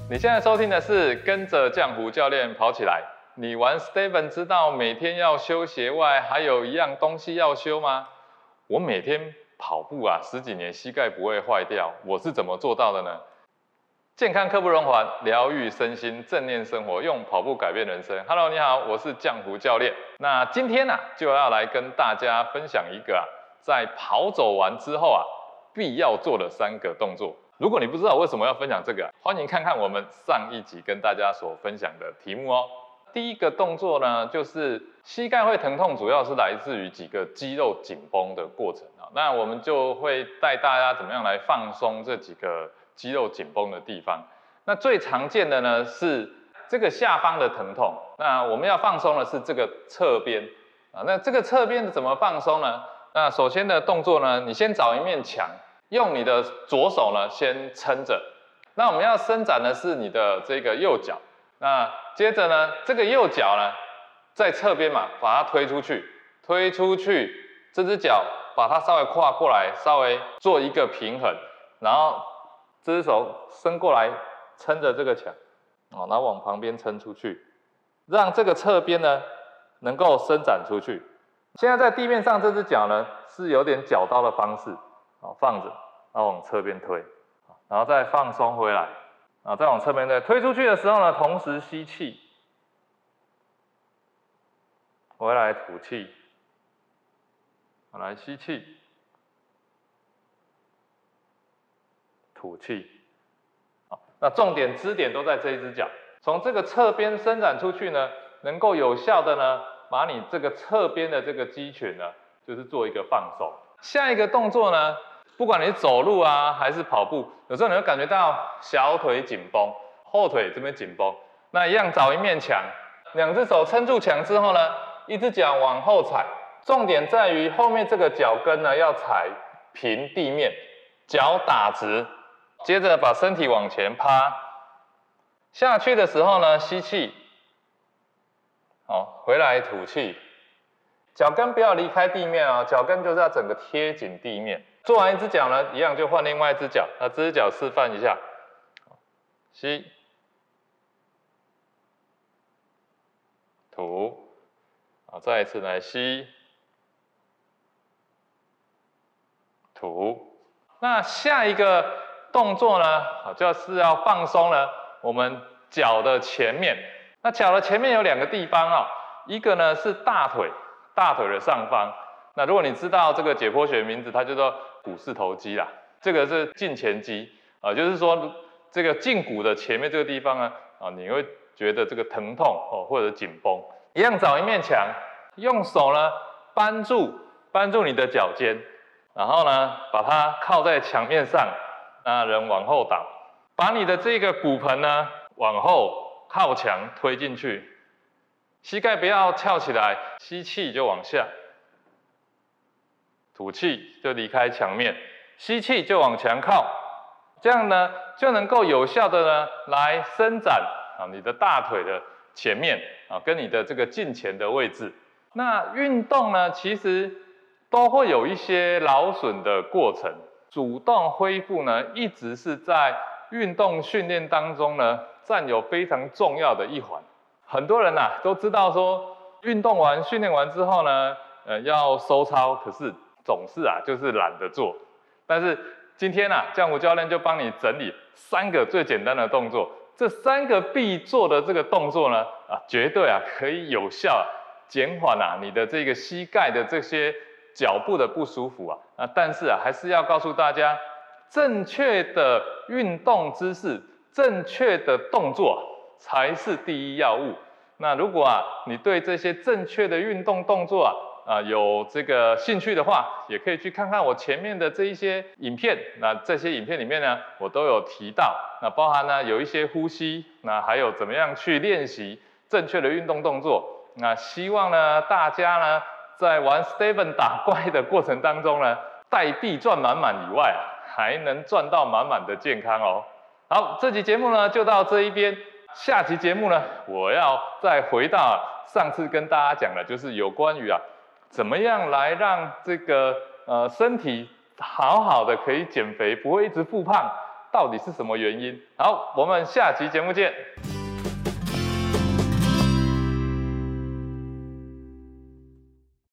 你现在收听的是跟着浆糊教练跑起来。你玩 Steven 知道每天要修鞋外，还有一样东西要修吗？我每天跑步啊，10几年膝盖不会坏掉，我是怎么做到的呢？健康刻不容缓，疗愈身心，正念生活，用跑步改变人生。Hello， 你好，我是浆糊教练。那今天就要来跟大家分享一个在跑走完之后必要做的3个动作。如果你不知道为什么要分享这个，欢迎看看我们上一集跟大家所分享的题目哦。第一个动作呢，就是膝盖会疼痛，主要是来自于几个肌肉紧绷的过程。那我们就会带大家怎么样来放松这几个肌肉紧绷的地方。那最常见的呢是这个下方的疼痛。那我们要放松的是这个侧边那这个侧边怎么放松呢？那首先的动作呢，你先找一面墙。用你的左手呢先撑着，那我们要伸展的是你的这个右脚，那接着呢这个右脚呢在侧边把它推出去，这只脚把它稍微跨过来，稍微做一个平衡，然后这只手伸过来撑着这个墙，然后往旁边撑出去，让这个侧边呢能够伸展出去。现在在地面上这只脚呢是有点绞刀的方式。放着，然后往侧边推，然后再放松回来，再往侧边推。推出去的时候呢，同时吸气，回来吐气，来吸气，吐气。那重点支点都在这一只脚，从这个侧边伸展出去呢，能够有效的呢，把你这个侧边的这个肌群呢，就是做一个放松。下一个动作呢，不管你是走路还是跑步，有时候你会感觉到小腿紧绷，后腿这边紧绷。那一样找一面墙，2只手撑住墙之后呢，一只脚往后踩，重点在于后面这个脚跟呢要踩平地面，脚打直，接着把身体往前趴，下去的时候呢吸气，回来吐气。脚跟不要离开地面脚跟就是要整个贴紧地面。做完一只脚呢，一样就换另外一只脚。那这只脚示范一下，吸，吐，再一次来吸，吐。那下一个动作呢，就是要放松了我们脚的前面。那脚的前面有2个地方一个呢是大腿的上方。那如果你知道这个解剖学名字，它叫做股四头肌啦。这个是胫前肌就是说这个胫骨的前面这个地方呢你会觉得这个疼痛或者紧绷。一样找一面墙，用手呢扳住你的脚尖，然后呢把它靠在墙面上，那人往后倒，把你的这个骨盆呢往后靠墙推进去。膝盖不要翘起来，吸气就往下，吐气就离开墙面，吸气就往墙靠，这样呢就能够有效的呢来伸展你的大腿的前面跟你的这个胫前的位置。那运动呢其实都会有一些劳损的过程，主动恢复呢一直是在运动训练当中呢占有非常重要的一环。很多人都知道说运动完训练完之后呢要收操，可是总是就是懒得做。但是今天浆糊教练就帮你整理3个最简单的动作，这3个必做的这个动作呢绝对可以有效减缓你的这个膝盖的这些脚部的不舒服但是还是要告诉大家，正确的运动姿势，正确的动作才是第一要务。那如果你对这些正确的运动动作有这个兴趣的话，也可以去看看我前面的这一些影片。那这些影片里面呢，我都有提到，那包含呢有一些呼吸，那还有怎么样去练习正确的运动动作。那希望呢大家呢在玩 Steven 打怪的过程当中呢，代币赚满满以外还能赚到满满的健康哦。好，这期节目呢就到这一边。下期节目呢，我要再回到上次跟大家讲的，就是有关于怎么样来让这个身体好好的可以减肥，不会一直复胖， 到底是什么原因？好，我们下期节目见。